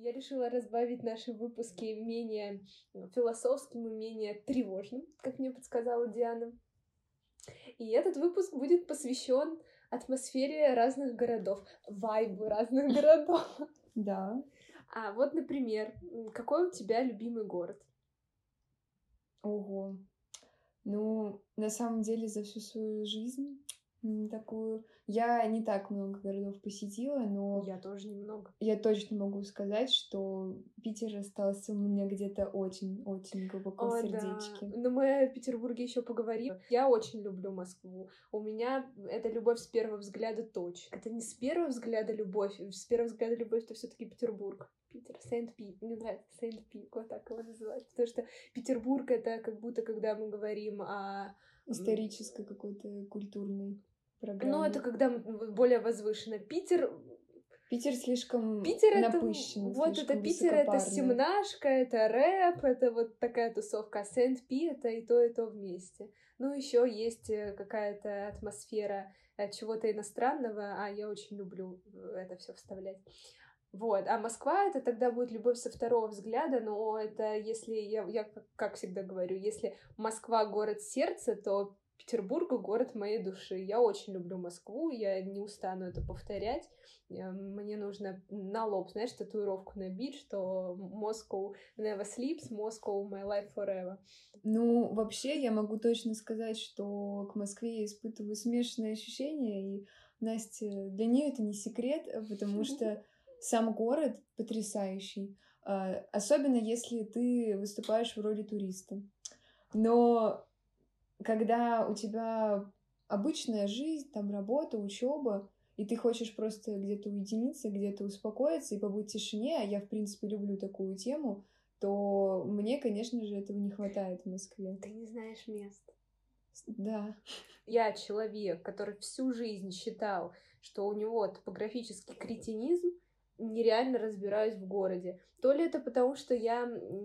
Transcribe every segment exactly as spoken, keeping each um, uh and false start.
Я решила разбавить наши выпуски менее философским и менее тревожным, как мне подсказала Диана. И этот выпуск будет посвящен атмосфере разных городов, вайбу разных городов. Да. А вот, например, какой у тебя любимый город? Ого. Ну, на самом деле, за всю свою жизнь такую... Я не так много городов посетила, но... Я тоже немного. Я точно могу сказать, что Питер остался у меня где-то очень-очень глубоко О, в сердечке. Да. Но мы о Петербурге еще поговорим. Я очень люблю Москву. У меня это любовь с первого взгляда точно. Это не с первого взгляда любовь. С первого взгляда любовь это все-таки Петербург. Питер, Сент-Пи. Мне нравится Сент-Пи, вот так его называть. Потому что Петербург — это как будто, когда мы говорим о... Исторической какой-то культурной программе. Ну, это когда более возвышенно. Питер... Питер слишком Питер напыщенный, это, вот это Питер, это семнашка, это рэп, это вот такая тусовка. Сент-Пи — это и то, и то вместе. Ну, еще есть какая-то атмосфера чего-то иностранного, а я очень люблю это все вставлять. Вот, а Москва — это тогда будет любовь со второго взгляда, но это если, я, я как всегда говорю, если Москва — город сердца, то Петербург — город моей души. Я очень люблю Москву, я не устану это повторять. Мне нужно на лоб, знаешь, татуировку набить, что Moscow never sleeps, Moscow my life forever. Ну, вообще, я могу точно сказать, что к Москве я испытываю смешанные ощущения, и, Настя, для нее это не секрет, потому что сам город потрясающий, особенно если ты выступаешь в роли туриста. Но когда у тебя обычная жизнь, там работа, учеба, и ты хочешь просто где-то уединиться, где-то успокоиться и побыть в тишине, а я, в принципе, люблю такую тему, то мне, конечно же, этого не хватает в Москве. Ты не знаешь мест. Да. Я человек, который всю жизнь считал, что у него топографический кретинизм, нереально разбираюсь в городе. То ли это потому, что я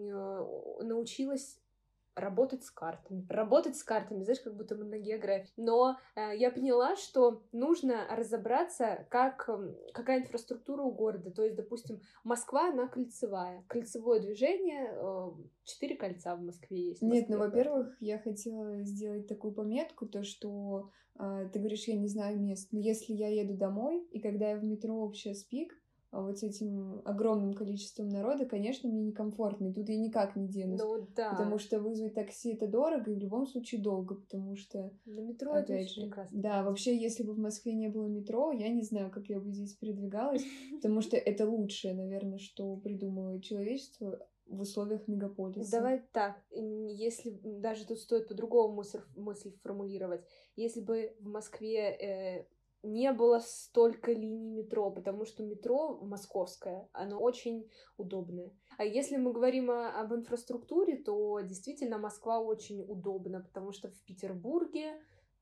научилась работать с картами. Работать с картами, знаешь, как будто мы на географии. Но э, я поняла, что нужно разобраться, как, какая инфраструктура у города. То есть, допустим, Москва, она кольцевая. Кольцевое движение, четыре э, кольца в Москве есть. В Нет, Москве, ну, во-первых, я хотела сделать такую пометку, то, что э, ты говоришь, я не знаю мест. Но если я еду домой, и когда я в метро в час пик, вот с этим огромным количеством народа, конечно, мне некомфортно, и тут я никак не денусь. Ну, да. Потому что вызвать такси — это дорого, и в любом случае долго, потому что... На метро опять это очень же, прекрасно. Да, вообще, если бы в Москве не было метро, я не знаю, как я бы здесь передвигалась, потому что это лучшее, наверное, что придумало человечество в условиях мегаполиса. Давай так, если даже тут стоит по-другому мысль, мысль формулировать. Если бы в Москве... Э, не было столько линий метро, потому что метро московское, оно очень удобное. А если мы говорим о, об инфраструктуре, то действительно Москва очень удобна, потому что в Петербурге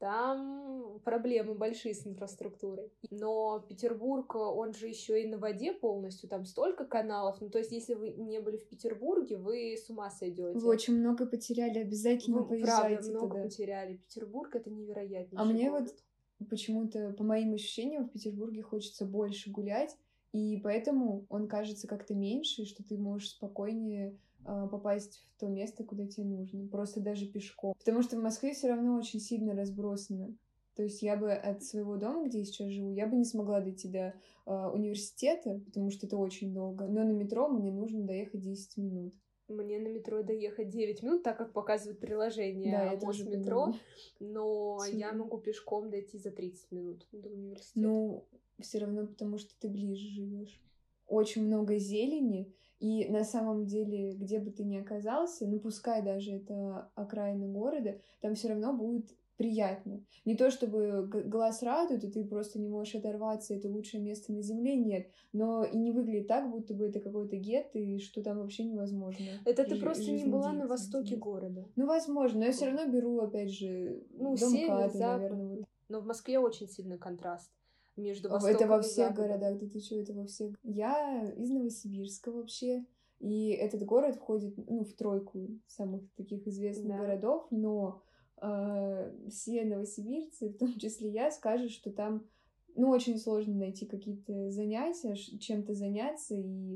там проблемы большие с инфраструктурой. Но Петербург, он же еще и на воде полностью, там столько каналов. Ну, то есть, если вы не были в Петербурге, вы с ума сойдете. Вы очень много потеряли, обязательно вы, поезжайте правда, много туда. потеряли. Петербург — это невероятнейший А мне город. вот почему-то, по моим ощущениям, в Петербурге хочется больше гулять, и поэтому он кажется как-то меньше, что ты можешь спокойнее э, попасть в то место, куда тебе нужно, просто даже пешком. Потому что в Москве все равно очень сильно разбросано. То есть я бы от своего дома, где я сейчас живу, я бы не смогла дойти до э, университета, потому что это очень долго, но на метро мне нужно доехать десять минут. Мне на метро доехать девять минут, так как показывает приложение да, Мосметро, но Сильно. я могу пешком дойти за тридцать минут до университета. Ну, все равно, потому что ты ближе живешь. Очень много зелени, и на самом деле, где бы ты ни оказался, ну пускай даже это окраина города, там все равно будет приятно. Не то чтобы глаз радует, и ты просто не можешь оторваться, это лучшее место на земле, нет. Но и не выглядит так, будто бы это какой-то гетто, и что там вообще невозможно. Это ты просто не была на востоке города. Ну, возможно, но я все равно беру, опять же, ну, дом север, Каты, запад. наверное. Вот. Но в Москве очень сильный контраст между востоком это во и всех западом. городах, да ты что, это во всех. Я из Новосибирска вообще, и этот город входит, ну, в тройку самых таких известных Да. городов, но э, все новосибирцы, в том числе я, скажут, что там, ну, очень сложно найти какие-то занятия, чем-то заняться, и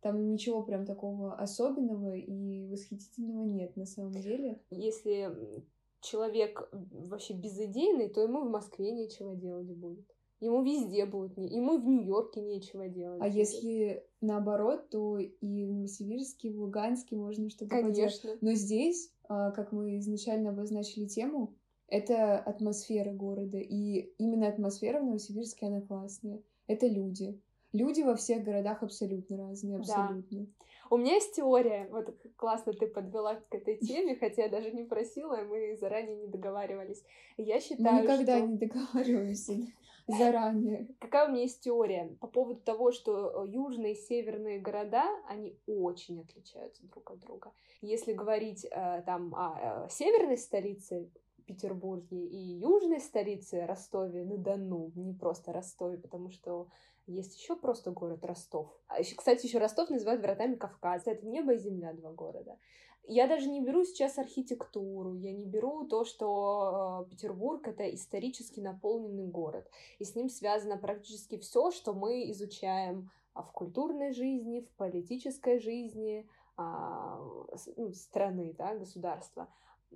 Там ничего прям такого особенного и восхитительного нет на самом деле. Если человек вообще безыдейный, то ему в Москве нечего делать будет. Ему везде будет, не... ему в Нью-Йорке нечего делать. А если наоборот, то и в Новосибирске, и в Луганске можно что-то поделать. Конечно. Но здесь, как мы изначально обозначили тему, это атмосфера города. И именно атмосфера в Новосибирске, она классная. Это люди. Люди во всех городах абсолютно разные, абсолютно. Да. У меня есть теория, вот классно ты подвела к этой теме, хотя я даже не просила, мы заранее не договаривались. Я считаю, мы никогда что... не договариваемся заранее. Какая у меня есть теория по поводу того, что южные и северные города, они очень отличаются друг от друга. Если говорить э, там о, о северной столице Петербурге и южной столице Ростове-на-Дону, не просто Ростове, потому что есть еще просто город Ростов. А еще, кстати, еще Ростов называют вратами Кавказа. Это небо и земля, два города. Я даже не беру сейчас архитектуру, я не беру то, что э, Петербург — это исторически наполненный город, и с ним связано практически все, что мы изучаем в культурной жизни, в политической жизни э, ну, страны, да, государства.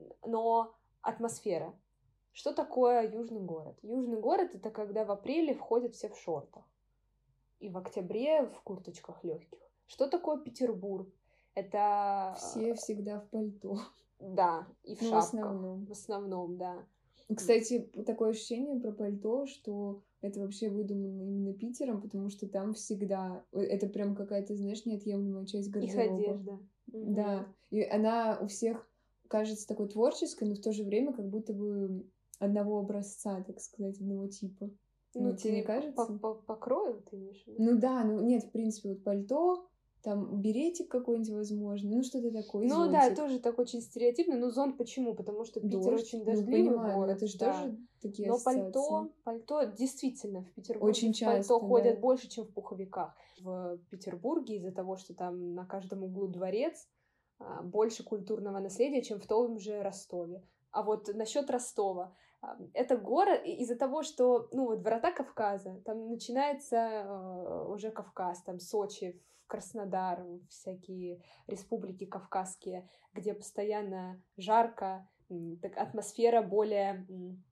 Но атмосфера. Что такое южный город? Южный город — это когда в апреле входят все в шортах, и в октябре в курточках легких. Что такое Петербург? Это... Все всегда в пальто. Да, и в ну, шапках. В основном. В основном, да. Кстати, такое ощущение про пальто, что это вообще выдумано именно Питером, потому что там всегда... Это прям какая-то, знаешь, неотъемлемая часть гардероба. Их одежда. Да. И она у всех кажется такой творческой, но в то же время как будто бы одного образца, так сказать, одного типа. Ну, тебе не кажется? По, по, по крою ты имеешь в виду? Ну да, ну нет, в принципе, вот пальто, там беретик какой-нибудь, возможно, ну что-то такое, ну зонтик. Да, тоже так очень стереотипно, но зонт почему? Потому что Питер Дождь, очень дождливый ну, понимаю, город. Это же да. тоже такие но ассоциации. пальто, пальто действительно в Петербурге очень в часто, пальто ходят да. больше, чем в пуховиках. В Петербурге из-за того, что там на каждом углу дворец, больше культурного наследия, чем в том же Ростове. А вот насчет Ростова. Это город из-за того, что, ну, вот врата Кавказа, там начинается э, уже Кавказ, там Сочи, Краснодар, всякие республики кавказские, где постоянно жарко, так атмосфера более...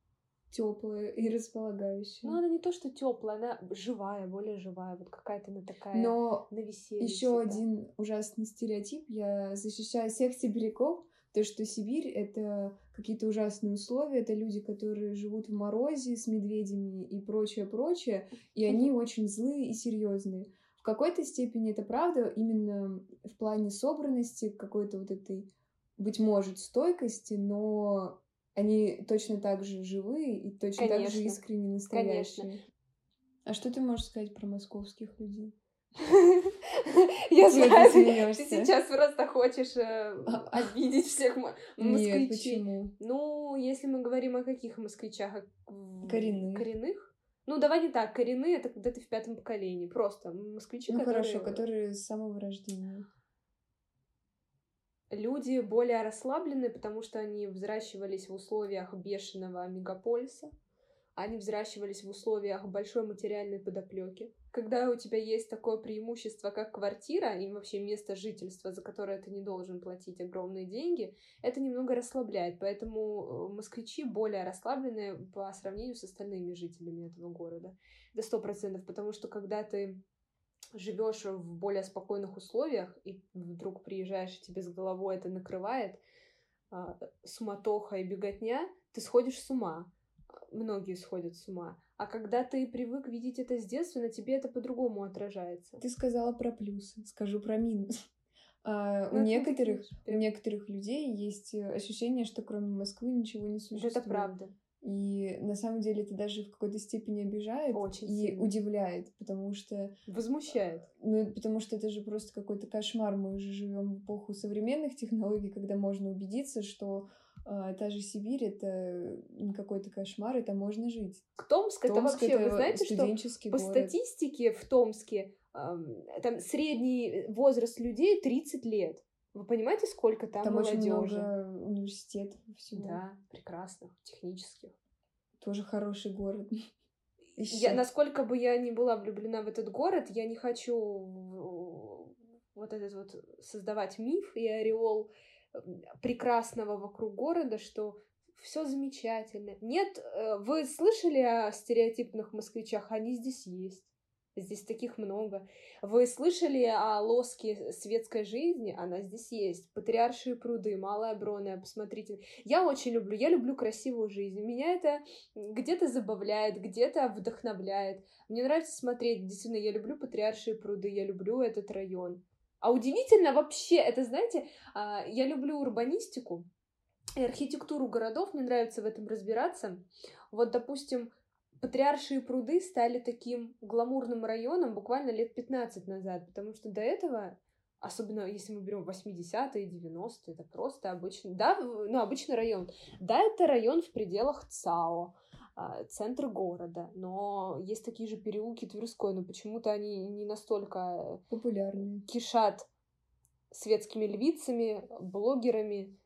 теплая и располагающая. Ну, она не то, что теплая, она живая, более живая, вот какая-то она такая Но на веселье. Еще один ужасный стереотип. Я защищаю всех сибиряков. То, что Сибирь — это какие-то ужасные условия, это люди, которые живут в морозе с медведями и прочее-прочее, и они очень злые и серьезные. В какой-то степени это правда, именно в плане собранности, какой-то вот этой, быть может, стойкости, но они точно так же живые и точно Конечно. так же искренне настоящие. Конечно. А что ты можешь сказать про московских людей? Я знаю, ты сейчас просто хочешь обидеть всех москвичей. Нет, почему? Ну, если мы говорим о каких москвичах? Коренных. Коренных? Ну, давай не так. Коренные — это когда ты в пятом поколении. Просто москвичи, ну, которые... Ну, хорошо, которые с самого рождения. Люди более расслаблены, потому что они взращивались в условиях бешеного мегаполиса. Они взращивались в условиях большой материальной подоплеки. Когда у тебя есть такое преимущество, как квартира и вообще место жительства, за которое ты не должен платить огромные деньги, это немного расслабляет. Поэтому москвичи более расслабленные по сравнению с остальными жителями этого города. До сто процентов, потому что когда ты живешь в более спокойных условиях и вдруг приезжаешь, и тебе с головой это накрывает, суматоха и беготня, ты сходишь с ума. Многие сходят с ума. А когда ты привык видеть это с детства, на тебе это по-другому отражается. Ты сказала про плюсы, скажу про минус. А, у, некоторых, у некоторых людей есть ощущение, что кроме Москвы ничего не существует. Это правда. И на самом деле это даже в какой-то степени обижает Очень и сильно. Удивляет, потому что... Возмущает. Ну, потому что это же просто какой-то кошмар. Мы уже живем в эпоху современных технологий, когда можно убедиться, что а, та же Сибирь — это не какой-то кошмар, и там можно жить. Томск, Томск это вообще, это вы знаете, что по город. Статистике в Томске эм, там средний возраст людей тридцать лет. Вы понимаете, сколько там, там молодежи? Там очень много университетов всего. Да, прекрасных, технических. Тоже хороший город. Я, насколько бы я ни была влюблена в этот город, я не хочу вот этот вот создавать миф и ореол прекрасного вокруг города, что все замечательно. Нет, вы слышали о стереотипных москвичах? Они здесь есть. Здесь таких много. Вы слышали о лоске светской жизни? Она здесь есть. Патриаршие пруды, Малая Бронная, посмотрите. Я очень люблю, я люблю красивую жизнь. Меня это где-то забавляет, где-то вдохновляет. Мне нравится смотреть. Действительно, я люблю Патриаршие пруды, я люблю этот район. А удивительно вообще, это, знаете, я люблю урбанистику и архитектуру городов, мне нравится в этом разбираться. Вот, допустим, Патриаршие пруды стали таким гламурным районом буквально лет пятнадцать назад, потому что до этого, особенно если мы берем восьмидесятые, девяностые, это просто обычный, да, ну, обычный район. Да, это район в пределах ЦАО, центр города, но есть такие же переулки Тверской, но почему-то они не настолько популярны, кишат светскими львицами, блогерами,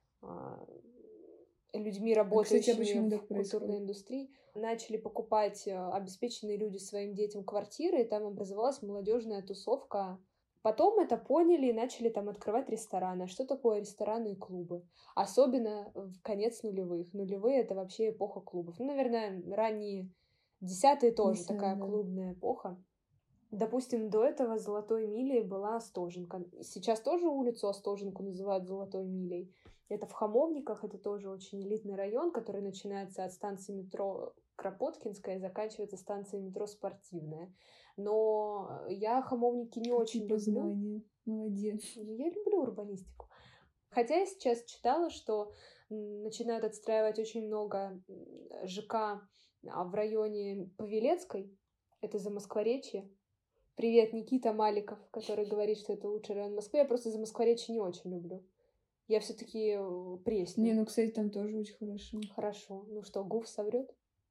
людьми, работающими а, кстати, в культурной индустрии, начали покупать обеспеченные люди своим детям квартиры, и там образовалась молодежная тусовка. Потом это поняли и начали там открывать рестораны. Что такое рестораны и клубы? Особенно в конец нулевых. Нулевые — это вообще эпоха клубов. Ну, наверное, ранние десятые тоже Десять, такая да. клубная эпоха. Допустим, до этого Золотой милей была Остоженка. Сейчас тоже улицу Остоженку называют Золотой милей. Это в Хамовниках, это тоже очень элитный район, который начинается от станции метро Кропоткинская и заканчивается станцией метро Спортивная. Но я Хамовники не очень люблю. Знания. Молодец. Я люблю урбанистику. Хотя я сейчас читала, что начинают отстраивать очень много ЖК в районе Павелецкой. Это Замоскворечье. Привет, Никита Маликов, который говорит, что это лучший район Москвы. Я просто Замоскворечье не очень люблю. Я все-таки Пресня. Не, ну, кстати, там тоже очень хорошо. Хорошо. Ну что, Гуф соврет?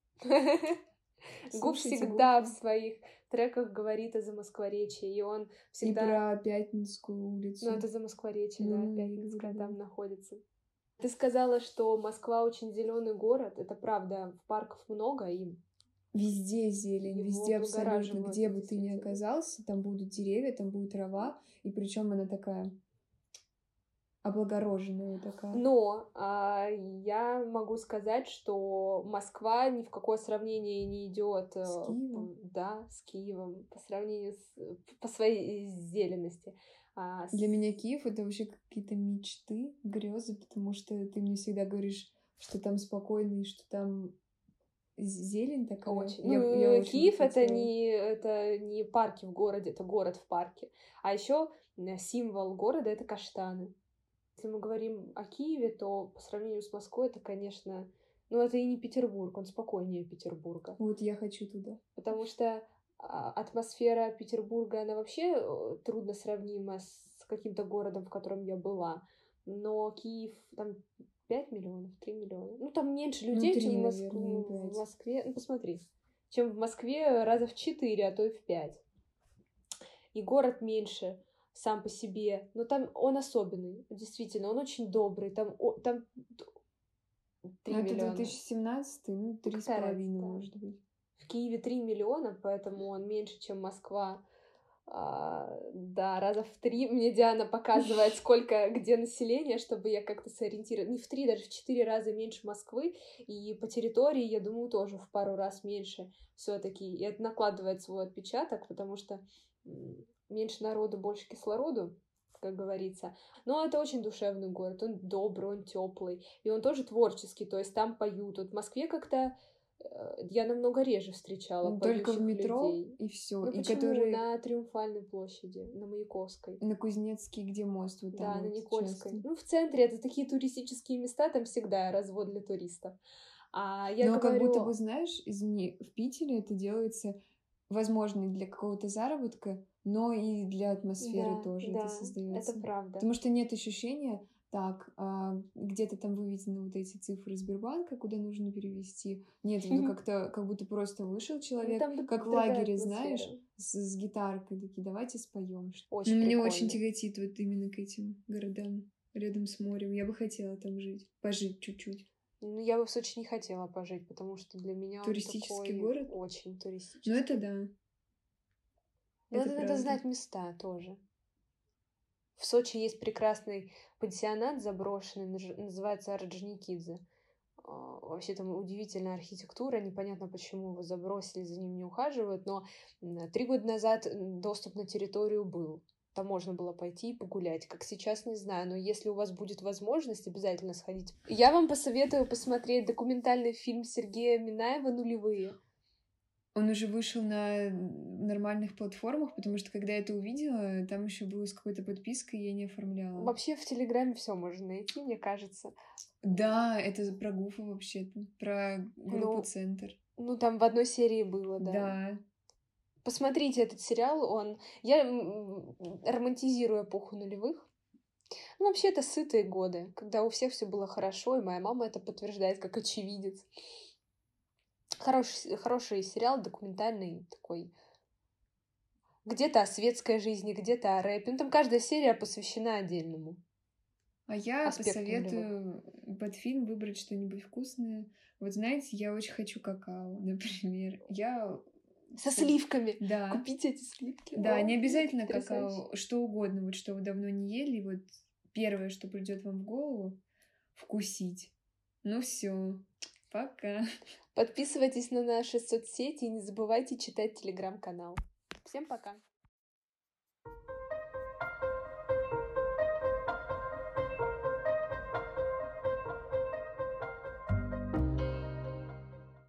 Гуф всегда в своих треках говорит о Замоскворечье, и он всегда... И про Пятницкую улицу. Ну, это Замоскворечье, да, Пятницкая там находится. Ты сказала, что Москва очень зеленый город. Это правда, парков много, и... Везде зелень, везде абсолютно. Где бы ты ни оказался, там будут деревья, там будет трава, и причем она такая... облагороженная такая. Но а, я могу сказать, что Москва ни в какое сравнение не идет с Киевом. Да, с Киевом по сравнению с по своей зелености. А, Для с... меня Киев — это вообще какие-то мечты, грезы, потому что ты мне всегда говоришь, что там спокойно и что там зелень такая. Очень. Я, ну, я очень Киев это не это не парки в городе, это город в парке. А еще символ города — это каштаны. Если мы говорим о Киеве, то по сравнению с Москвой это, конечно, ну это и не Петербург, он спокойнее Петербурга. Вот я хочу туда. Потому что атмосфера Петербурга, она вообще трудно сравнима с каким-то городом, в котором я была. Но Киев, там пять миллионов, три миллиона. Ну там меньше людей, ну, три, чем в, Моск... наверное, в Москве. Ну посмотри, чем в Москве раза в четыре, а то и в пять. И город меньше сам по себе, но там он особенный, действительно, он очень добрый, там, о, там три миллиона. Это две тысячи семнадцатый, ну, три с половиной, может быть. В Киеве три миллиона, поэтому он меньше, чем Москва. А, да, раза в три. Мне Диана показывает, сколько, где население, чтобы я как-то сориентировалась. Не в три, даже в четыре раза меньше Москвы, и по территории, я думаю, тоже в пару раз меньше все-таки. И это накладывает свой отпечаток, потому что меньше народу, больше кислороду, как говорится. Но это очень душевный город, он добрый, он теплый, и он тоже творческий, то есть там поют. Вот в Москве как-то я намного реже встречала поющих только в метро людей. И все. Ну и почему? Которые... На Триумфальной площади, на Маяковской. На Кузнецкий, где мост? Вот да, там на вот Никольской. часто. Ну, в центре это такие туристические места, там всегда развод для туристов. А я Но говорю... как будто бы, знаешь, извини, в Питере это делается, возможно, для какого-то заработка, но и для атмосферы да, тоже да, это создается. Это правда. Потому что нет ощущения, так, а, где-то там выведены вот эти цифры Сбербанка, куда нужно перевести. Нет, это как-то, как будто просто вышел человек, ну, как в лагере, знаешь, с, с гитаркой, такие, давайте споем. Очень Но мне очень тяготит вот именно к этим городам рядом с морем. Я бы хотела там жить, пожить чуть-чуть. Ну, я бы в Сочи не хотела пожить, потому что для меня туристический он такой город? Очень туристический. Ну, это да. Но это надо знать места тоже. В Сочи есть прекрасный пансионат заброшенный, наж- называется Орджоникидзе. А, Вообще там удивительная архитектура, непонятно, почему его забросили, за ним не ухаживают, но м, три года назад м, доступ на территорию был. Там можно было пойти и погулять. Как сейчас, не знаю, но если у вас будет возможность, обязательно сходите. Я вам посоветую посмотреть документальный фильм Сергея Минаева «Нулевые». Он уже вышел на нормальных платформах, потому что когда я это увидела, там еще было с какой-то подпиской, я не оформляла. Вообще в Телеграме все можно найти, мне кажется. Да, это про Гуфа вообще-то, про группу Ну, «Центр». ну там в одной серии было, да. Да. Посмотрите этот сериал, он... Я м, романтизирую эпоху нулевых. Ну, вообще, это сытые годы, когда у всех все было хорошо, и моя мама это подтверждает как очевидец. Хороший, хороший сериал, документальный такой. Где-то о светской жизни, где-то о рэпе. Ну, там каждая серия посвящена отдельному. А я аспекту посоветую под фильм выбрать что-нибудь вкусное. Вот знаете, я очень хочу какао, например. Я Со с- сливками. Да. Купите эти сливки. Да, О, не обязательно потрясающе. какао, что угодно, вот что вы давно не ели, вот первое, что придет вам в голову, вкусить. Ну все, пока. Подписывайтесь на наши соцсети и не забывайте читать телеграм-канал. Всем пока!